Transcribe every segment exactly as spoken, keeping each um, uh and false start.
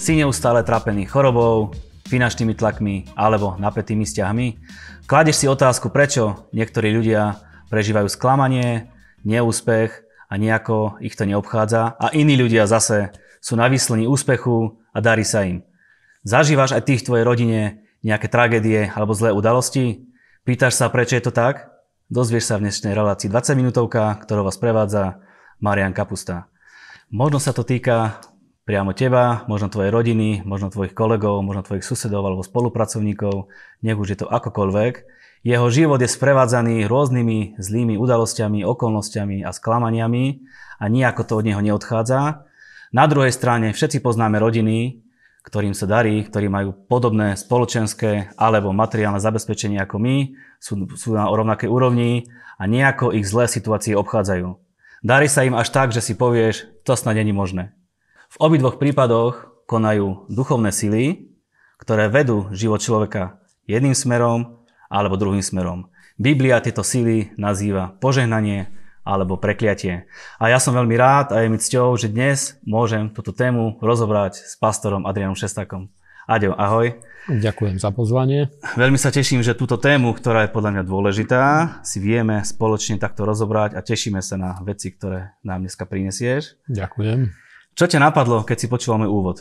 Si neustále trápený chorobou, finančnými tlakmi alebo napätými vzťahmi? Kladieš si otázku, prečo niektorí ľudia prežívajú sklamanie, neúspech a nejako ich to neobchádza a iní ľudia zase sú na výslni úspechu a darí sa im. Zažívaš aj ty v tvojej rodine nejaké tragédie alebo zlé udalosti? Pýtaš sa, prečo je to tak? Dozvieš sa v dnešnej relácii dvadsať minútovka, ktorou vás prevádza Marián Kapusta. Možno sa to týka priamo teba, možno tvojej rodiny, možno tvojich kolegov, možno tvojich susedov alebo spolupracovníkov, nech už je to akokoľvek. Jeho život je sprevádzaný rôznymi zlými udalosťami, okolnostiami a sklamaniami a nijako to od neho neodchádza. Na druhej strane všetci poznáme rodiny, ktorým sa darí, ktorí majú podobné spoločenské alebo materiálne zabezpečenie ako my, sú, sú na rovnakej úrovni a nejako ich zlé situácie obchádzajú. Darí sa im až tak, že si povieš, to snad nie je možné. V obidvoch prípadoch konajú duchovné sily, ktoré vedú život človeka jedným smerom alebo druhým smerom. Biblia tieto sily nazýva požehnanie alebo prekliatie. A ja som veľmi rád a je mi cťou, že dnes môžem túto tému rozobrať s pastorom Adrianom Šestakom. Aďo, ahoj. Ďakujem za pozvanie. Veľmi sa teším, že túto tému, ktorá je podľa mňa dôležitá, si vieme spoločne takto rozobrať a tešíme sa na veci, ktoré nám dneska prinesieš. Ďakujem. Čo ťa napadlo, keď si počúval môj úvod?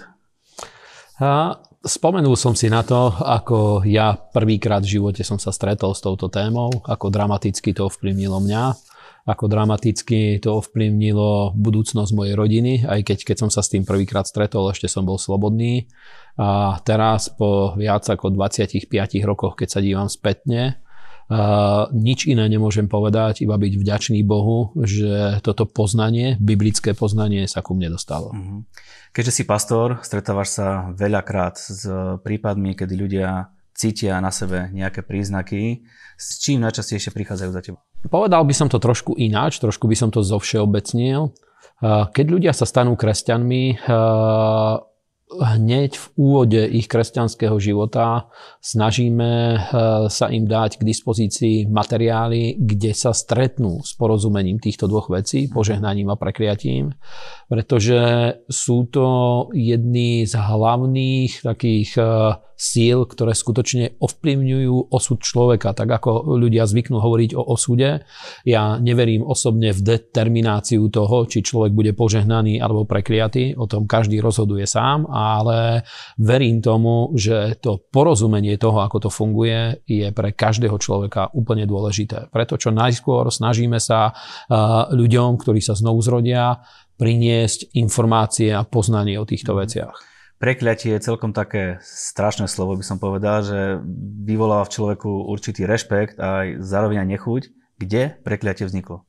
A spomenul som si na to, ako ja prvýkrát v živote som sa stretol s touto témou, ako dramaticky to ovplyvnilo mňa, ako dramaticky to ovplyvnilo budúcnosť mojej rodiny, aj keď, keď som sa s tým prvýkrát stretol, ešte som bol slobodný. A teraz po viac ako dvadsiatich piatich rokoch, keď sa dívam spätne, Uh, nič iné nemôžem povedať, iba byť vďačný Bohu, že toto poznanie, biblické poznanie sa ku mne dostalo. Uh-huh. Keďže si pastor, stretávaš sa veľakrát s prípadmi, kedy ľudia cítia na sebe nejaké príznaky. S čím najčastejšie prichádzajú za tebou? Povedal by som to trošku ináč, trošku by som to zovšeobecnil. Uh, keď ľudia sa stanú kresťanmi, uh, hneď v úvode ich kresťanského života snažíme sa im dať k dispozícii materiály, kde sa stretnú s porozumením týchto dvoch vecí, požehnaním a prekliatím, pretože sú to jedny z hlavných takých síl, ktoré skutočne ovplyvňujú osud človeka, tak ako ľudia zvyknú hovoriť o osude. Ja neverím osobne v determináciu toho, či človek bude požehnaný alebo prekliatý, o tom každý rozhoduje sám, ale verím tomu, že to porozumenie toho, ako to funguje, je pre každého človeka úplne dôležité. Preto čo najskôr snažíme sa ľuďom, ktorí sa znovu zrodia, priniesť informácie a poznanie o týchto veciach. Prekliatie je celkom také strašné slovo, by som povedal, že vyvoláva v človeku určitý rešpekt a aj zároveň aj nechuť. Kde prekliatie vzniklo?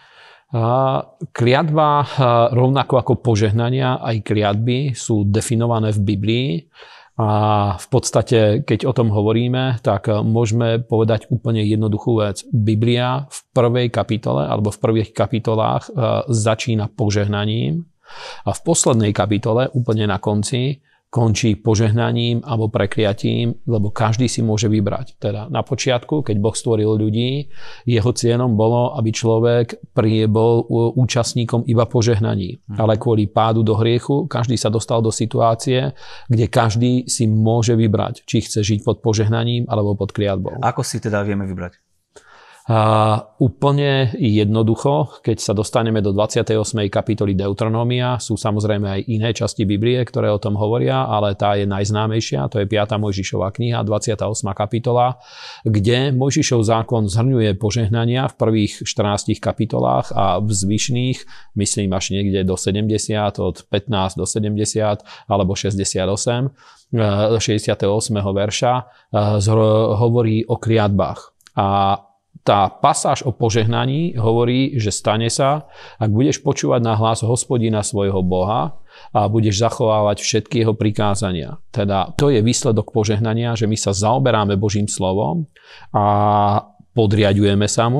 Kliatba, rovnako ako požehnania, aj kliatby sú definované v Biblii. A v podstate, keď o tom hovoríme, tak môžeme povedať úplne jednoduchú vec. Biblia v prvej kapitole alebo v prvých kapitolách začína požehnaním. A v poslednej kapitole, úplne na konci, končí požehnaním alebo prekliatím, lebo každý si môže vybrať. Teda na počiatku, keď Boh stvoril ľudí, jeho cieľom bolo, aby človek bol účastníkom iba požehnaní. Hmm. Ale kvôli pádu do hriechu, každý sa dostal do situácie, kde každý si môže vybrať, či chce žiť pod požehnaním alebo pod kliatbou. Ako si teda vieme vybrať? A úplne jednoducho, keď sa dostaneme do dvadsiatej ôsmej kapitoly Deuteronomia, sú samozrejme aj iné časti Biblie, ktoré o tom hovoria, ale tá je najznámejšia, to je piata Mojžišova kniha, dvadsiata ôsma kapitola, kde Mojžišov zákon zhrňuje požehnania v prvých štrnástich kapitolách a v zvyšných, myslím až niekde do sedemdesiat, od pätnásť do sedemdesiat alebo šesťdesiatosem, šesťdesiateho ôsmeho verša hovorí o kliatbách. A tá pasáž o požehnaní hovorí, že stane sa, ak budeš počúvať na hlas Hospodina svojho Boha a budeš zachovávať všetky jeho prikázania. Teda to je výsledok požehnania, že my sa zaoberáme Božím slovom a podriaďujeme sa mu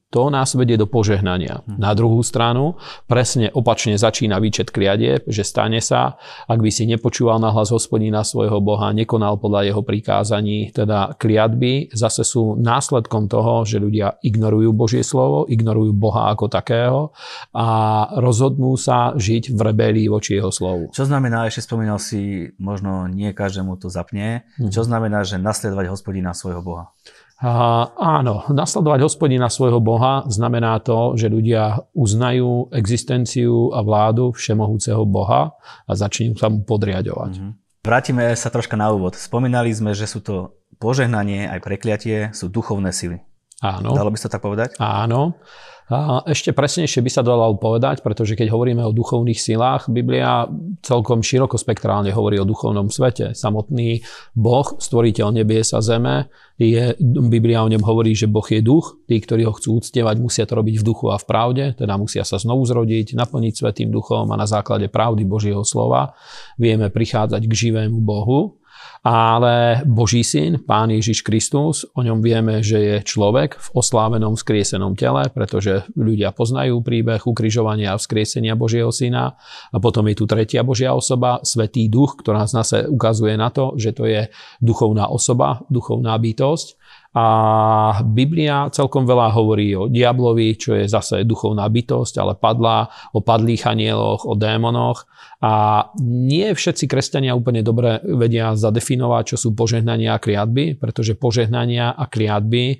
to nás vedie do požehnania. Hmm. Na druhú stranu, presne opačne začína výčet kliadieb, že stane sa, ak by si nepočúval na hlas Hospodina svojho Boha, nekonal podľa jeho prikázaní, teda kliatby zase sú následkom toho, že ľudia ignorujú Božie slovo, ignorujú Boha ako takého a rozhodnú sa žiť v rebelii voči jeho slovu. Čo znamená, ešte spomínal si, možno nie každému to zapne, hmm. čo znamená, že nasledovať Hospodina svojho Boha? A, áno, nasledovať Hospodina svojho Boha znamená to, že ľudia uznajú existenciu a vládu všemohúceho Boha a začnú sa mu podriadovať. Mm-hmm. Vrátime sa troška na úvod. Spomínali sme, že sú to požehnanie aj prekliatie, sú duchovné sily. Áno. Dalo by sa tak povedať? Áno. A ešte presnejšie by sa dalo povedať, pretože keď hovoríme o duchovných silách, Biblia celkom širokospektrálne hovorí o duchovnom svete. Samotný Boh, stvoriteľ nebies a zeme, je, Biblia o ňom hovorí, že Boh je duch. Tí, ktorí ho chcú uctievať, musia to robiť v duchu a v pravde, teda musia sa znovu zrodiť, naplniť svätým duchom a na základe pravdy Božieho slova vieme prichádzať k živému Bohu. Ale Boží syn, Pán Ježiš Kristus, o ňom vieme, že je človek v oslávenom vzkriesenom tele, pretože ľudia poznajú príbeh ukrižovania a vzkriesenia Božieho syna. A potom je tu tretia Božia osoba, Svätý Duch, ktorá zase ukazuje na to, že to je duchovná osoba, duchovná bytosť. A Biblia celkom veľa hovorí o diablovi, čo je zase duchovná bytosť, ale padlá, o padlých anieloch, o démonoch. A nie všetci kresťania úplne dobre vedia zadefinovať, čo sú požehnania a kliatby, pretože požehnania a kliatby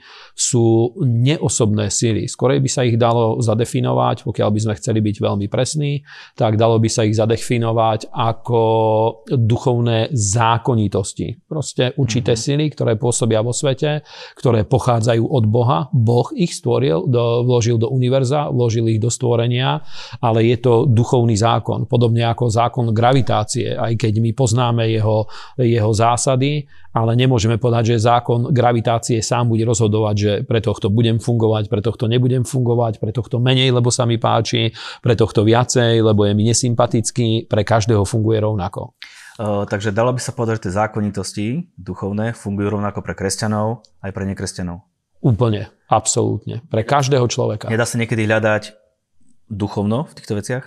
sú neosobné sily. Skorej by sa ich dalo zadefinovať, pokiaľ by sme chceli byť veľmi presní, tak dalo by sa ich zadefinovať ako duchovné zákonitosti. Proste určité mm-hmm. sily, ktoré pôsobia vo svete, ktoré pochádzajú od Boha. Boh ich stvoril, do, vložil do univerza, vložil ich do stvorenia, ale je to duchovný zákon. Podobne ako zákon gravitácie, aj keď my poznáme jeho, jeho zásady, ale nemôžeme povedať, že zákon gravitácie sám bude rozhodovať, že pre tohto budem fungovať, pre tohto nebudem fungovať, pre tohto menej, lebo sa mi páči, pre tohto viacej, lebo je mi nesympatický, pre každého funguje rovnako. Uh, takže dalo by sa povedať, že tie zákonitosti duchovné fungujú rovnako pre kresťanov aj pre nekresťanov. Úplne, absolútne. Pre každého človeka. Nedá sa niekedy hľadať duchovno v týchto veciach?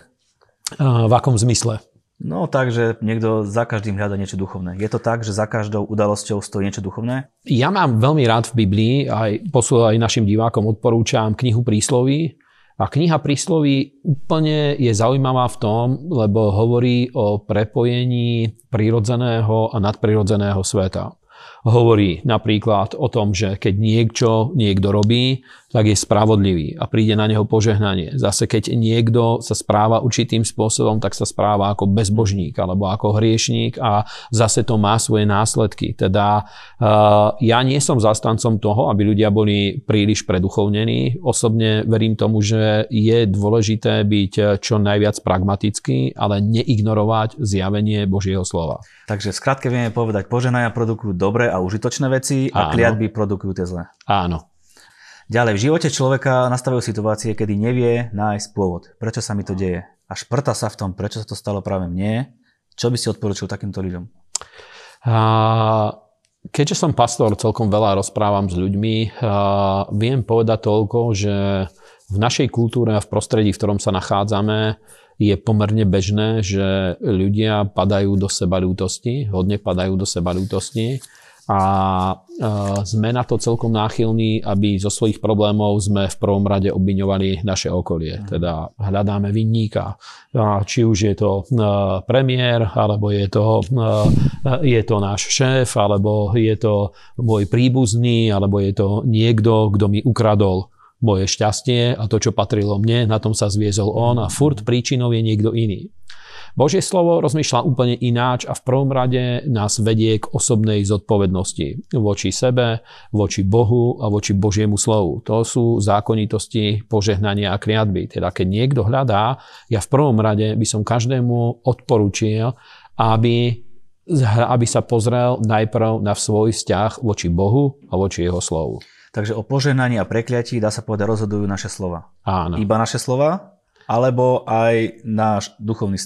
Uh, v akom zmysle? No tak, že niekto za každým hľadá niečo duchovné. Je to tak, že za každou udalosťou stojí niečo duchovné? Ja mám veľmi rád v Biblii, aj, aj našim divákom odporúčam knihu Prísloví. A kniha Prísloví úplne je zaujímavá v tom, lebo hovorí o prepojení prirodzeného a nadprirodzeného sveta. Hovorí napríklad o tom, že keď niečo niekto robí, tak je spravodlivý a príde na neho požehnanie. Zase keď niekto sa správa určitým spôsobom, tak sa správa ako bezbožník alebo ako hriešník a zase to má svoje následky. Teda uh, ja nie som zastancom toho, aby ľudia boli príliš preduchovnení. Osobne verím tomu, že je dôležité byť čo najviac pragmatický, ale neignorovať zjavenie Božieho slova. Takže v skratke vieme povedať, požehnania produkujú dobré a užitočné veci a kliatby produkujú tie zlé. Áno. Ďalej, v živote človeka nastavujú situácie, kedy nevie nájsť pôvod. Prečo sa mi to deje? A šprta sa v tom, prečo sa to stalo práve mne. Čo by si odporučil takýmto ľuďom? A keďže som pastor, celkom veľa rozprávam s ľuďmi, viem povedať toľko, že v našej kultúre a v prostredí, v ktorom sa nachádzame, je pomerne bežné, že ľudia padajú do sebaľútosti, hodne padajú do sebaľútosti. A sme na to celkom náchylní, aby zo svojich problémov sme v prvom rade obviňovali naše okolie. Teda hľadáme vinníka. Či už je to premiér, alebo je to, je to náš šéf, alebo je to môj príbuzný, alebo je to niekto, kto mi ukradol moje šťastie a to, čo patrilo mne, na tom sa zviezol on a furt príčinou je niekto iný. Božie slovo rozmýšľa úplne ináč a v prvom rade nás vedie k osobnej zodpovednosti voči sebe, voči Bohu a voči Božiemu slovu. To sú zákonitosti požehnania a kliatby. Teda keď niekto hľadá, ja v prvom rade by som každému odporúčil, aby, aby sa pozrel najprv na svoj vzťah voči Bohu a voči jeho slovu. Takže o požehnaní a prekliatí, dá sa povedať, rozhodujú naše slova. Áno. Iba naše slova? Alebo aj náš duchovný stav?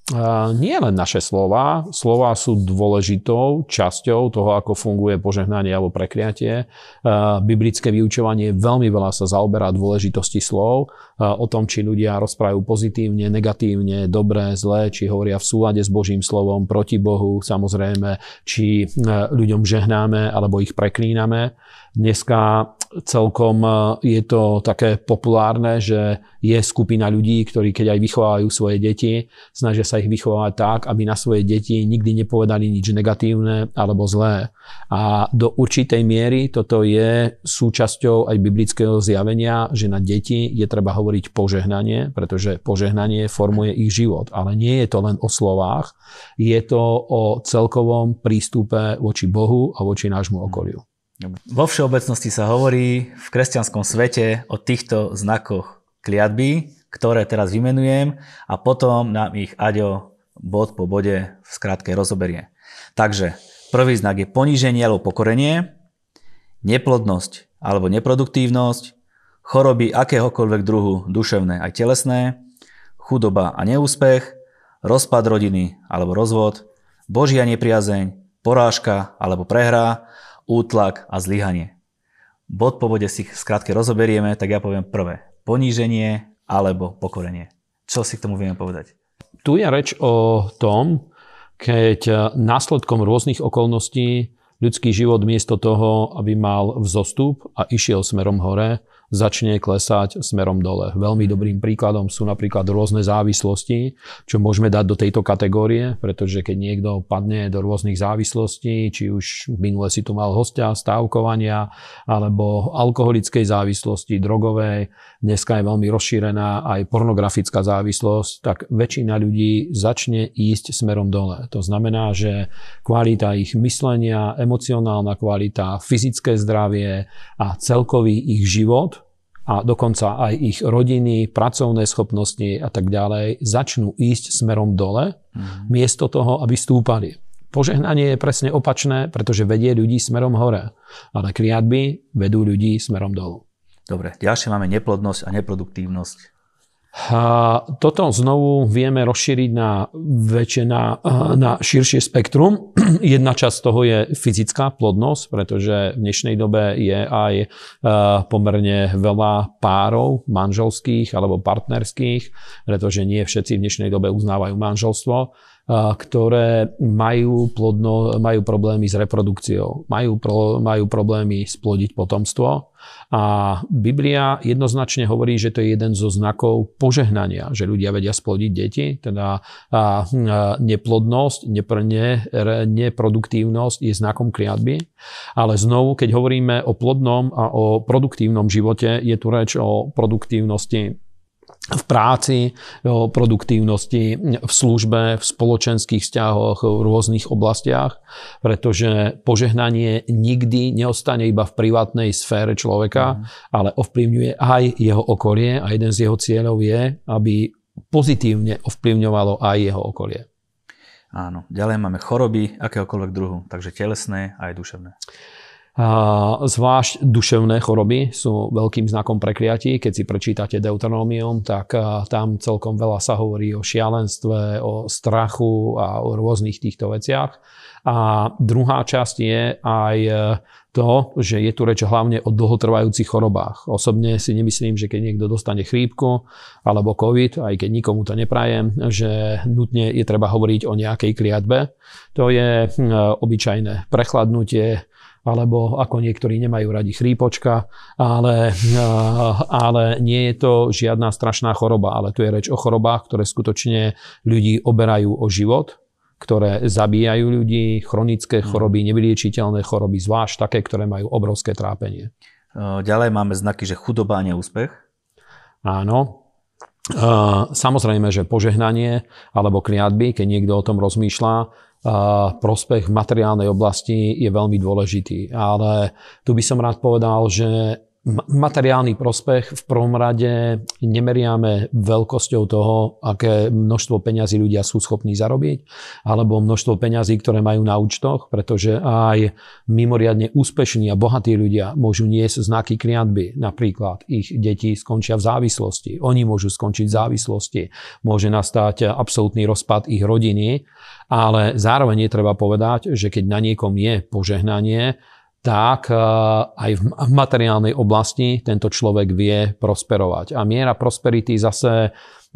Nie len naše slova. Slova sú dôležitou časťou toho, ako funguje požehnanie alebo prekliatie. Biblické vyučovanie veľmi veľa sa zaoberá dôležitosti slov, o tom, či ľudia rozprávajú pozitívne, negatívne, dobré, zlé, či hovoria v súlade s Božím slovom, proti Bohu, samozrejme, či ľuďom žehnáme alebo ich preklíname. Dneska celkom je to také populárne, že je skupina ľudí, ktorí keď aj vychovávajú svoje deti, snažia sa ich vychovávať tak, aby na svoje deti nikdy nepovedali nič negatívne alebo zlé. A do určitej miery toto je súčasťou aj biblického zjavenia, že na deti je treba hovoriť požehnanie, pretože požehnanie formuje ich život. Ale nie je to len o slovách, je to o celkovom prístupe voči Bohu a voči nášmu okoliu. Vo všeobecnosti sa hovorí v kresťanskom svete o týchto znakoch kliatby, ktoré teraz vymenujem a potom nám ich Aďo bod po bode v skratke rozoberie. Takže prvý znak je poníženie alebo pokorenie, neplodnosť alebo neproduktívnosť, choroby akéhokoľvek druhu, duševné aj telesné, chudoba a neúspech, rozpad rodiny alebo rozvod, Božia nepriazeň, porážka alebo prehra, útlak a zlyhanie. Bod po bode si skrátke rozoberieme, tak ja poviem prvé. Poníženie alebo pokorenie. Čo si k tomu vieme povedať? Tu je reč o tom, keď následkom rôznych okolností ľudský život miesto toho, aby mal vzostup a išiel smerom hore, začne klesať smerom dole. Veľmi dobrým príkladom sú napríklad rôzne závislosti, čo môžeme dať do tejto kategórie, pretože keď niekto padne do rôznych závislostí, či už minule si tu mal hostia, stávkovania, alebo alkoholickej závislosti, drogovej, dneska je veľmi rozšírená aj pornografická závislosť, tak väčšina ľudí začne ísť smerom dole. To znamená, že kvalita ich myslenia, emocionálna kvalita, fyzické zdravie a celkový ich život a dokonca aj ich rodiny, pracovné schopnosti a tak ďalej začnú ísť smerom dole, mm. miesto toho, aby stúpali. Požehnanie je presne opačné, pretože vedie ľudí smerom hore, ale kliatby vedú ľudí smerom dolu. Dobre, ďalšie máme neplodnosť a neproduktívnosť. A toto znovu vieme rozšíriť na, väčšina, na širšie spektrum. Jedna časť toho je fyzická plodnosť, pretože v dnešnej dobe je aj pomerne veľa párov manželských alebo partnerských, pretože nie všetci v dnešnej dobe uznávajú manželstvo, ktoré majú, plodno, majú problémy s reprodukciou, majú, pro, majú problémy splodiť potomstvo. A Biblia jednoznačne hovorí, že to je jeden zo znakov požehnania, že ľudia vedia splodiť deti, teda a, a neplodnosť, nepr- neproduktívnosť je znakom kliatby. Ale znovu, keď hovoríme o plodnom a o produktívnom živote, je tu reč o produktívnosti v práci, o produktívnosti v službe, v spoločenských vzťahoch, v rôznych oblastiach, pretože požehnanie nikdy neostane iba v privátnej sfére človeka, mm. ale ovplyvňuje aj jeho okolie a jeden z jeho cieľov je, aby pozitívne ovplyvňovalo aj jeho okolie. Áno, ďalej máme choroby akéhokoľvek druhu, takže telesné aj duševné. A zvlášť duševné choroby sú veľkým znakom prekliatí. Keď si prečítate Deuteronomium, tak tam celkom veľa sa hovorí o šialenstve, o strachu a o rôznych týchto veciach. A druhá časť je aj to, že je tu reč hlavne o dlhotrvajúcich chorobách. Osobne si nemyslím, že keď niekto dostane chrípku alebo COVID, aj keď nikomu to neprajem, že nutne je treba hovoriť o nejakej kliatbe. To je obyčajné prechladnutie, alebo ako niektorí nemajú radi chrípočka, ale, ale nie je to žiadna strašná choroba, ale tu je reč o chorobách, ktoré skutočne ľudí oberajú o život, ktoré zabíjajú ľudí, chronické choroby, nevyliečiteľné choroby, zvlášť také, ktoré majú obrovské trápenie. Ďalej máme znaky, že chudoba a neúspech. Áno. Samozrejme, že požehnanie alebo kliatby, keď niekto o tom rozmýšľa, prospech v materiálnej oblasti je veľmi dôležitý. Ale tu by som rád povedal, že materiálny prospech v prvom rade nemeriame veľkosťou toho, aké množstvo peňazí ľudia sú schopní zarobiť, alebo množstvo peňazí, ktoré majú na účtoch, pretože aj mimoriadne úspešní a bohatí ľudia môžu niesť znaky kliatby. Napríklad ich deti skončia v závislosti, oni môžu skončiť v závislosti, môže nastať absolútny rozpad ich rodiny, ale zároveň je treba povedať, že keď na niekom je požehnanie, tak aj v materiálnej oblasti tento človek vie prosperovať. A miera prosperity zase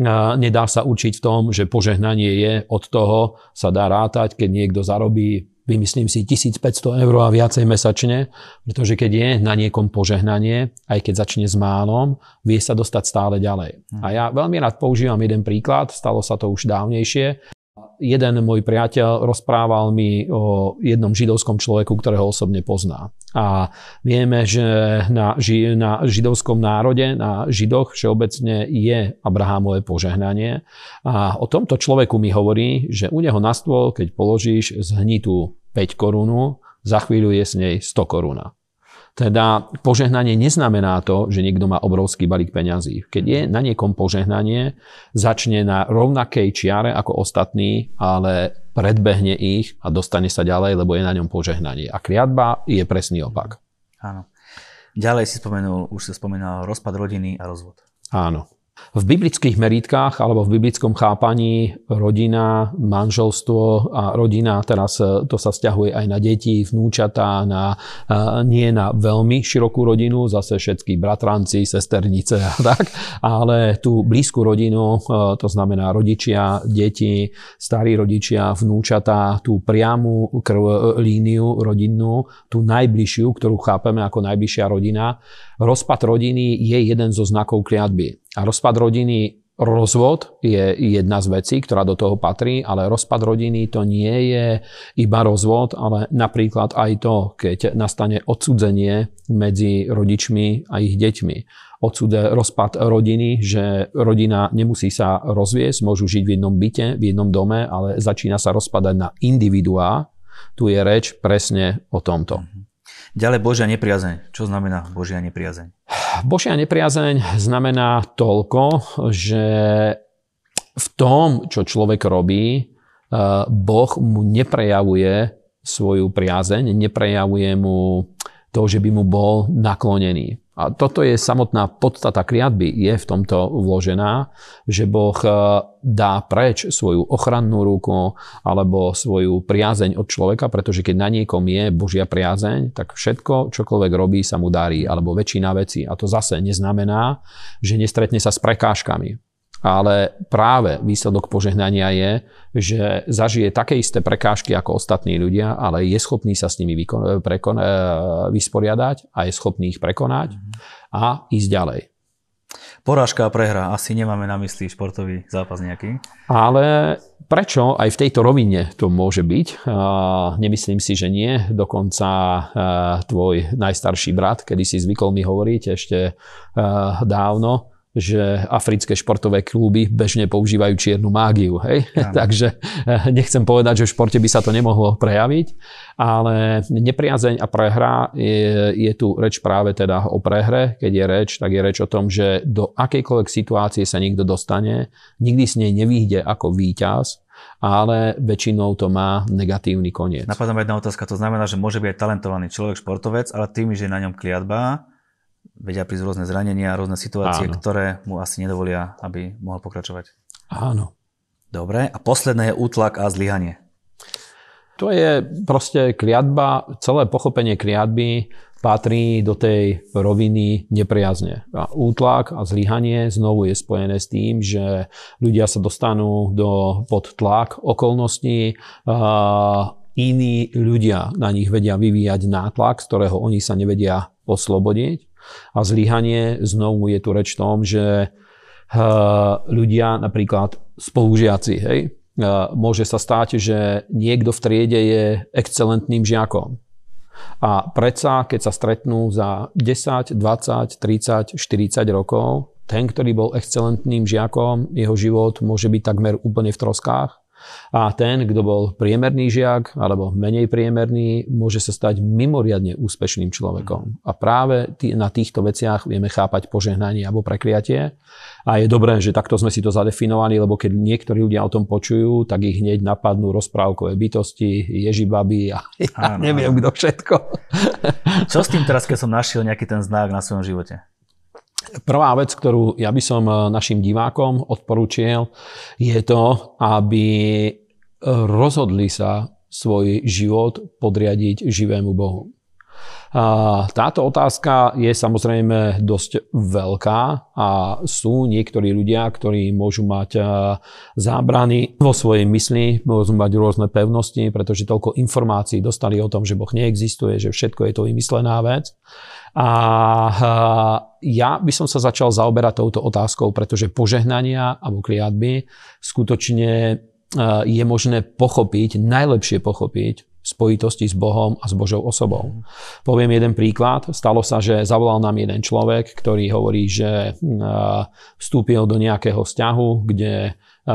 nedá sa určiť v tom, že požehnanie je, od toho sa dá rátať, keď niekto zarobí, vymyslím si, tisícpäťsto eur a viacej mesačne, pretože keď je na niekom požehnanie, aj keď začne s málom, vie sa dostať stále ďalej. A ja veľmi rád používam jeden príklad, stalo sa to už dávnejšie. Jeden môj priateľ rozprával mi o jednom židovskom človeku, ktorého osobne pozná. A vieme, že na, ži- na židovskom národe, na židoch všeobecne je Abrahamové požehnanie. A o tomto človeku mi hovorí, že u neho na stôl, keď položíš zhnitú päť korunu, za chvíľu je s nej sto koruna. Teda požehnanie neznamená to, že niekto má obrovský balík peňazí. Keď je na niekom požehnanie, začne na rovnakej čiare ako ostatní, ale predbehne ich a dostane sa ďalej, lebo je na ňom požehnanie. A kliatba je presný opak. Áno. Ďalej si spomenul, už si spomínal rozpad rodiny a rozvod. Áno. V biblických merítkach alebo v biblickom chápaní rodina, manželstvo a rodina, teraz to sa vzťahuje aj na deti, vnúčatá, na, nie na veľmi širokú rodinu, zase všetky bratranci, sesternice a tak, ale tú blízku rodinu, to znamená rodičia, deti, starí rodičia, vnúčatá, tú priamu krv, líniu rodinnú, tú najbližšiu, ktorú chápeme ako najbližšia rodina. Rozpad rodiny je jeden zo znakov kliatby. A rozpad rodiny, rozvod je jedna z vecí, ktorá do toho patrí, ale rozpad rodiny to nie je iba rozvod, ale napríklad aj to, keď nastane odsudzenie medzi rodičmi a ich deťmi. Odsudze rozpad rodiny, že rodina nemusí sa rozviesť, môžu žiť v jednom byte, v jednom dome, ale začína sa rozpadať na individuá. Tu je reč presne o tomto. Ďalej Božia nepriazeň. Čo znamená Božia nepriazeň? Božia nepriazeň znamená toľko, že v tom, čo človek robí, Boh mu neprejavuje svoju priazeň, neprejavuje mu to, že by mu bol naklonený. A toto je samotná podstata kliatby, je v tomto vložená, že Boh dá preč svoju ochrannú ruku alebo svoju priazeň od človeka, pretože keď na niekom je Božia priazeň, tak všetko, čokoľvek robí, sa mu darí, alebo väčšina vecí. A to zase neznamená, že nestretne sa s prekážkami. Ale práve výsledok požehnania je, že zažije také isté prekážky ako ostatní ľudia, ale je schopný sa s nimi vykon- prekon- vysporiadať a je schopný ich prekonať a ísť ďalej. Porážka a prehra. Asi nemáme na mysli športový zápas nejaký. Ale prečo aj v tejto rovine to môže byť? Nemyslím si, že nie. Dokonca tvoj najstarší brat, kedy si zvykol mi hovoriť ešte dávno, že africké športové kluby bežne používajú čiernu mágiu. Hej? Takže nechcem povedať, že v športe by sa to nemohlo prejaviť, ale nepriazeň a prehra je, je tu reč práve teda o prehre. Keď je reč, tak je reč o tom, že do akejkoľvek situácie sa niekto dostane, nikdy s nej nevyjde ako víťaz, ale väčšinou to má negatívny koniec. Napadá ma jedna otázka, to znamená, že môže byť aj talentovaný človek, športovec, ale tým, že je na ňom kliatba, vedia prísť rôzne zranenia, rôzne situácie, áno, ktoré mu asi nedovolia, aby mohol pokračovať. Áno. Dobre. A posledné je útlak a zlyhanie. To je proste kliatba, celé pochopenie kliatby patrí do tej roviny nepriazne. A útlak a zlyhanie znovu je spojené s tým, že ľudia sa dostanú do, pod tlak okolností, a iní ľudia na nich vedia vyvíjať nátlak, z ktorého oni sa nevedia oslobodiť. A zlyhanie, znovu je tu reč v tom, že ľudia, napríklad spolužiaci, hej, môže sa stať, že niekto v triede je excelentným žiakom. A predsa, keď sa stretnú za desať, dvadsať, tridsať, štyridsať rokov, ten, ktorý bol excelentným žiakom, jeho život môže byť takmer úplne v troskách. A ten, kto bol priemerný žiak alebo menej priemerný, môže sa stať mimoriadne úspešným človekom. A práve tý, na týchto veciach vieme chápať požehnanie alebo prekliatie. A je dobré, že takto sme si to zadefinovali, lebo keď niektorí ľudia o tom počujú, tak ich hneď napadnú rozprávkové bytosti, ježibaby a ja áno, neviem áno. kto všetko. Čo s tým teraz, keď som našiel nejaký ten znak na svojom živote? Prvá vec, ktorú ja by som našim divákom odporúčil, je to, aby rozhodli sa svoj život podriadiť živému Bohu. Táto otázka je samozrejme dosť veľká a sú niektorí ľudia, ktorí môžu mať zábrany vo svojej mysli, môžu mať rôzne pevnosti, pretože toľko informácií dostali o tom, že Boh neexistuje, že všetko je to vymyslená vec. A ja by som sa začal zaoberať touto otázkou, pretože požehnania alebo kliatby skutočne je možné pochopiť, najlepšie pochopiť v spojitosti s Bohom a s Božou osobou. Poviem jeden príklad. Stalo sa, že zavolal nám jeden človek, ktorý hovorí, že vstúpil do nejakého vzťahu, kde,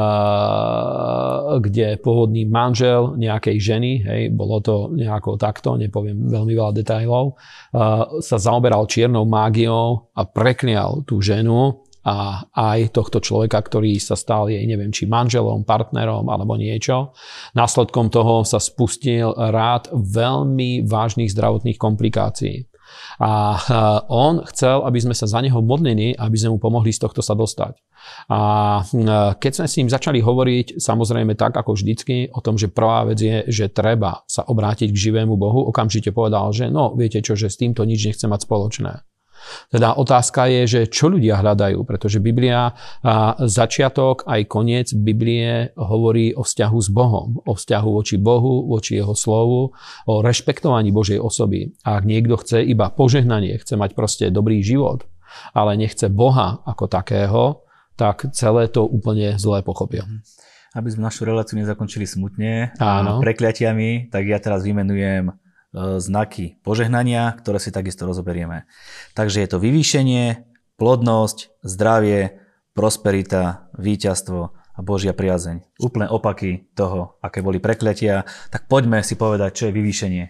kde pôvodný manžel nejakej ženy, hej, bolo to nejako takto, nepoviem veľmi veľa detailov, sa zaoberal čiernou mágiou a preklial tú ženu a aj tohto človeka, ktorý sa stal jej, neviem, či manželom, partnerom alebo niečo. Následkom toho sa spustil rád veľmi vážnych zdravotných komplikácií. A on chcel, aby sme sa za neho modlili, aby sme mu pomohli z tohto sa dostať. A keď sme s ním začali hovoriť, samozrejme tak ako vždycky, o tom, že prvá vec je, že treba sa obrátiť k živému Bohu, okamžite povedal, že no, viete čo, že s týmto nič nechce mať spoločné. Teda otázka je, že čo ľudia hľadajú, pretože Biblia, a začiatok aj koniec Biblie hovorí o vzťahu s Bohom, o vzťahu voči Bohu, voči jeho slovu, o rešpektovaní Božej osoby. A ak niekto chce iba požehnanie, chce mať proste dobrý život, ale nechce Boha ako takého, tak celé to úplne zle pochopil. Aby sme našu reláciu nezakončili smutne Áno. prekliatiami, tak ja teraz vymenujem znaky požehnania, ktoré si takisto rozoberieme. Takže je to vyvýšenie, plodnosť, zdravie, prosperita, víťazstvo a Božia priazeň. Úplne opaky toho, aké boli prekliatia. Tak poďme si povedať, čo je vyvýšenie.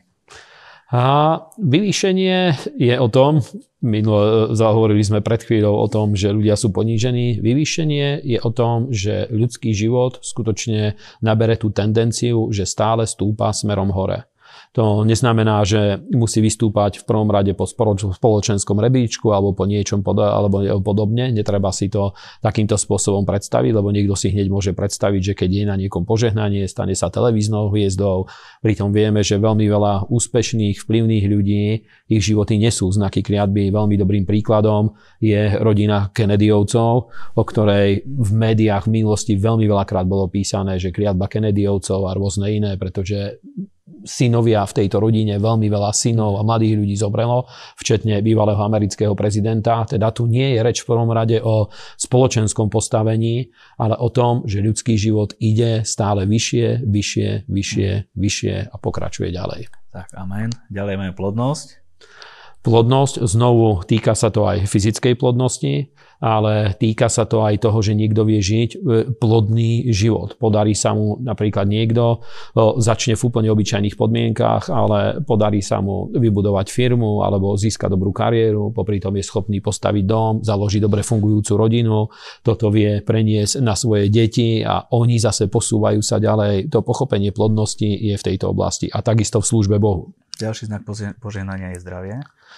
A vyvýšenie je o tom, minulo zahovorili sme pred chvíľou o tom, že ľudia sú ponížení. Vyvýšenie je o tom, že ľudský život skutočne nabere tú tendenciu, že stále stúpa smerom hore. To neznamená, že musí vystúpať v prvom rade po spoločenskom rebríčku alebo po niečom pod, alebo podobne. Netreba si to takýmto spôsobom predstaviť, lebo niekto si hneď môže predstaviť, že keď je na niekom požehnanie, stane sa televíznou hviezdou. Pritom vieme, že veľmi veľa úspešných, vplyvných ľudí, ich životy nesú znaky kliatby. Veľmi dobrým príkladom je rodina Kennedyovcov, o ktorej v médiách v minulosti veľmi veľakrát bolo písané, že kliatba Kennedyovcov a rôzne iné, pretože synovia v tejto rodine, veľmi veľa synov a mladých ľudí zomrelo, včetne bývalého amerického prezidenta. Teda tu nie je reč v prvom rade o spoločenskom postavení, ale o tom, že ľudský život ide stále vyššie, vyššie, vyššie, vyššie a pokračuje ďalej. Tak, amen. Ďalej máme plodnosť. Plodnosť, znovu týka sa to aj fyzickej plodnosti, ale týka sa to aj toho, že niekto vie žiť plodný život. Podarí sa mu napríklad niekto, začne v úplne obyčajných podmienkách, ale podarí sa mu vybudovať firmu alebo získať dobrú kariéru, popri tom je schopný postaviť dom, založiť dobre fungujúcu rodinu, toto vie preniesť na svoje deti a oni zase posúvajú sa ďalej. To pochopenie plodnosti je v tejto oblasti a takisto v službe Bohu. Ďalší znak požehnania je zdravie.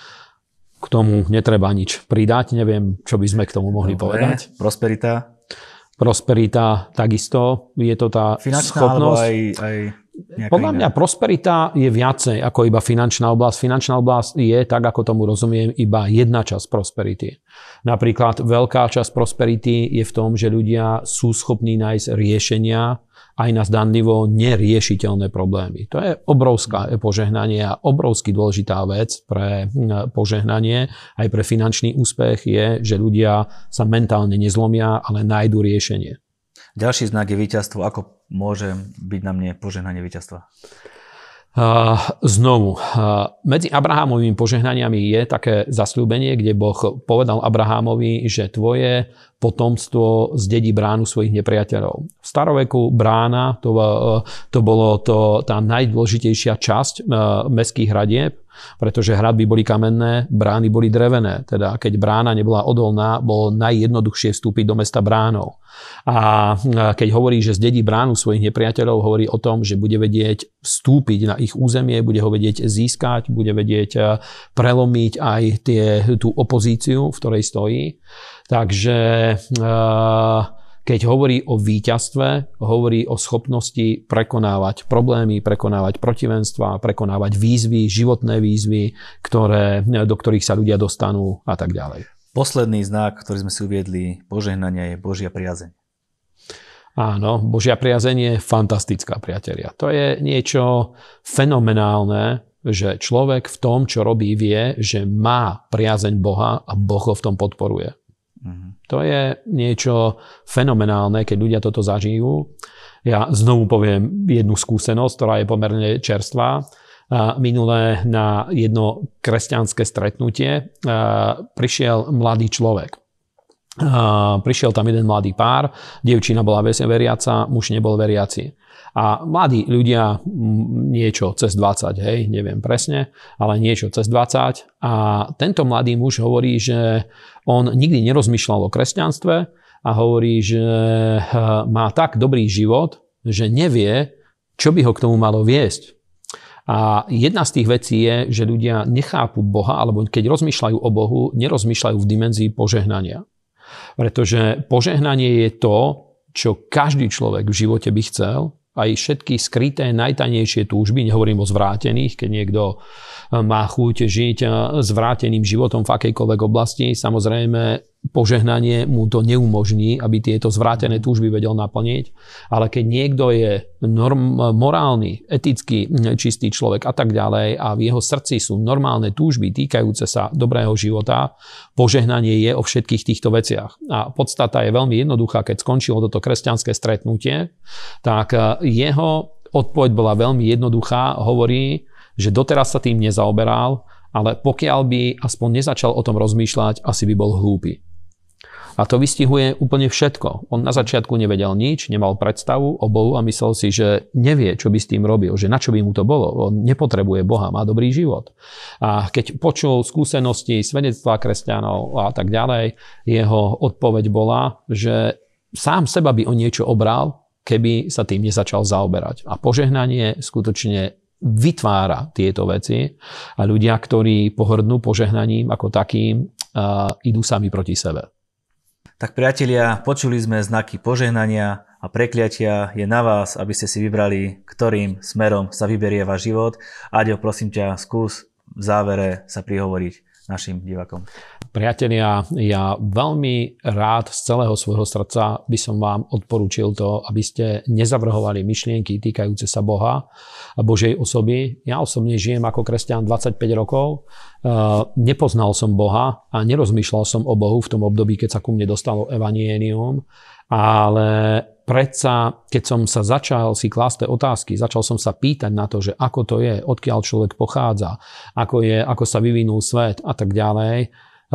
K tomu netreba nič pridať, neviem, čo by sme k tomu mohli Dobre. povedať. Prosperita. Prosperita takisto, je to tá finančná schopnosť. Alebo aj, aj Podľa mňa prosperita je viacej ako iba finančná oblasť. Finančná oblasť je, tak ako tomu rozumiem, iba jedna časť prosperity. Napríklad veľká časť prosperity je v tom, že ľudia sú schopní nájsť riešenia aj na zdanlivo neriešiteľné problémy. To je obrovské požehnanie a obrovsky dôležitá vec pre požehnanie. Aj pre finančný úspech je, že ľudia sa mentálne nezlomia, ale nájdu riešenie. Ďalší znak je víťazstvo. Ako môže byť na mne požehnanie víťazstva? Uh, znovu, uh, medzi Abrahámovými požehnaniami je také zasľúbenie, kde Boh povedal Abrahámovi, že tvoje potomstvo zdedí bránu svojich nepriateľov. V staroveku brána to, to bolo to, tá najdôležitejšia časť mestských hradieb, pretože hradby boli kamenné, brány boli drevené. Teda keď brána nebola odolná, bolo najjednoduchšie vstúpiť do mesta bránou. A keď hovorí, že zdedí bránu svojich nepriateľov, hovorí o tom, že bude vedieť vstúpiť na ich územie, bude ho vedieť získať, bude vedieť prelomiť aj tie, tú opozíciu, v ktorej stojí. Takže keď hovorí o víťazstve, hovorí o schopnosti prekonávať problémy, prekonávať protivenstvá, prekonávať výzvy, životné výzvy, ktoré, do ktorých sa ľudia dostanú a tak ďalej. Posledný znak, ktorý sme si uviedli, požehnania, je Božia priazeň. Áno, Božia priazeň je fantastická, priatelia. To je niečo fenomenálne, že človek v tom, čo robí, vie, že má priazeň Boha a Boh ho v tom podporuje. To je niečo fenomenálne, keď ľudia toto zažijú. Ja znovu poviem jednu skúsenosť, ktorá je pomerne čerstvá. Minulé na jedno kresťanské stretnutie prišiel mladý človek. Prišiel tam jeden mladý pár, dievčina bola veriaca, muž nebol veriaci. A mladí ľudia, niečo cez dvadsať, hej, neviem presne, ale niečo cez dvadsať. A tento mladý muž hovorí, že on nikdy nerozmýšľal o kresťanstve a hovorí, že má tak dobrý život, že nevie, čo by ho k tomu malo viesť. A jedna z tých vecí je, že ľudia nechápu Boha, alebo keď rozmýšľajú o Bohu, nerozmýšľajú v dimenzii požehnania. Pretože požehnanie je to, čo každý človek v živote by chcel, aj všetky skryté, najtajnejšie túžby, nehovorím o zvrátených, keď niekto má chuť žiť zvráteným životom v akejkoľvek oblasti, samozrejme požehnanie mu to neumožní, aby tieto zvrátené túžby vedel naplniť, ale keď niekto je norm, morálny, etický, čistý človek a tak ďalej a v jeho srdci sú normálne túžby týkajúce sa dobrého života, požehnanie je o všetkých týchto veciach. A podstata je veľmi jednoduchá, keď skončilo toto kresťanské stretnutie, tak jeho odpoveď bola veľmi jednoduchá, hovorí, že doteraz sa tým nezaoberal, ale pokiaľ by aspoň nezačal o tom rozmýšľať, asi by bol hlúpy. A to vystihuje úplne všetko. On na začiatku nevedel nič, nemal predstavu o Bohu a myslel si, že nevie, čo by s tým robil, že na čo by mu to bolo. On nepotrebuje Boha, má dobrý život. A keď počul skúsenosti, svedectvá kresťanov a tak ďalej, jeho odpoveď bola, že sám seba by o niečo obral, keby sa tým nezačal zaoberať. A požehnanie skutočne vytvára tieto veci a ľudia, ktorí pohrdnú požehnaním ako takým, uh, idú sami proti sebe. Tak priatelia, počuli sme znaky požehnania a prekliatia. Je na vás, aby ste si vybrali, ktorým smerom sa vyberie váš život. Aďo, prosím ťa, skús v závere sa prihovoriť našim divákom. Priatelia, ja veľmi rád z celého svojho srdca by som vám odporúčil to, aby ste nezavrhovali myšlienky týkajúce sa Boha a Božej osoby. Ja osobne žijem ako kresťan dvadsaťpäť rokov. Nepoznal som Boha a nerozmýšľal som o Bohu v tom období, keď sa ku mne dostalo evanjelium, ale predsa, keď som sa začal si klásť otázky, začal som sa pýtať na to, že ako to je, odkiaľ človek pochádza, ako je, ako sa vyvinul svet a tak ďalej,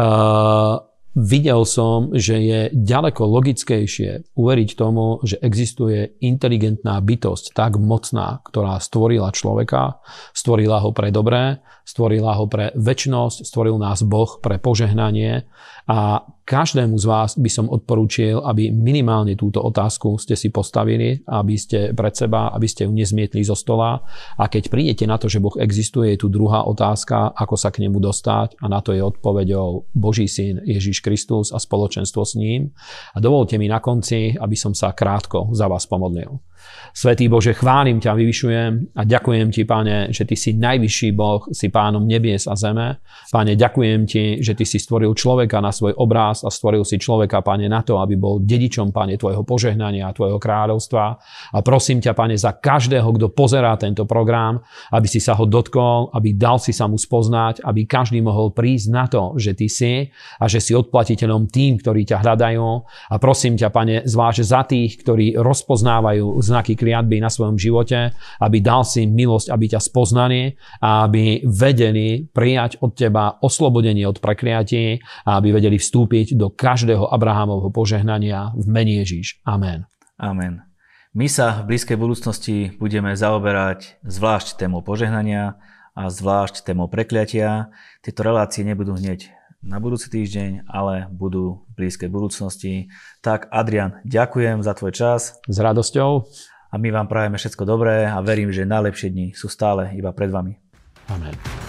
uh, videl som, že je ďaleko logickejšie uveriť tomu, že existuje inteligentná bytosť tak mocná, ktorá stvorila človeka, stvorila ho pre dobré, stvorila ho pre večnosť, stvoril nás Boh pre požehnanie a každému z vás by som odporúčil, aby minimálne túto otázku ste si postavili, aby ste pred seba, aby ste ju nezmietli zo stola a keď prídete na to, že Boh existuje, je tu druhá otázka, ako sa k nemu dostať a na to je odpoveďou Boží syn Ježiš Kristus a spoločenstvo s ním. A dovolte mi na konci, aby som sa krátko za vás pomodlil. Svätý Bože, chválim ťa, vyvyšujem a ďakujem ti, Pane, že ty si najvyšší Boh, si pánom nebies a zeme. Pane, ďakujem ti, že ty si stvoril človeka na svoj obráz a stvoril si človeka, Pane, na to, aby bol dedičom, Pane, tvojho požehnania a tvojho kráľovstva. A prosím ťa, Pane, za každého, kto pozerá tento program, aby si sa ho dotkol, aby dal si sa mu spoznať, aby každý mohol prísť na to, že ty si a že si odplatiteľom tým, ktorí ťa hľadajú. A prosím ťa, Pane, zvlášť za tých, ktorí rozpoznávajú znaky znaky kliatby na svojom živote, aby dal si milosť, aby ťa spoznali a aby vedeli prijať od teba oslobodenie od prekliatí a aby vedeli vstúpiť do každého Abrahámovho požehnania v mene Ježíš. Amen. Amen. My sa v blízkej budúcnosti budeme zaoberať zvlášť témou požehnania a zvlášť témou prekliatia. Tieto relácie nebudú hneď na budúci týždeň, ale budú v blízkej budúcnosti. Tak Adrian, ďakujem za tvoj čas. S radosťou. A my vám prajeme všetko dobré a verím, že najlepšie dni sú stále iba pred vami. Amen.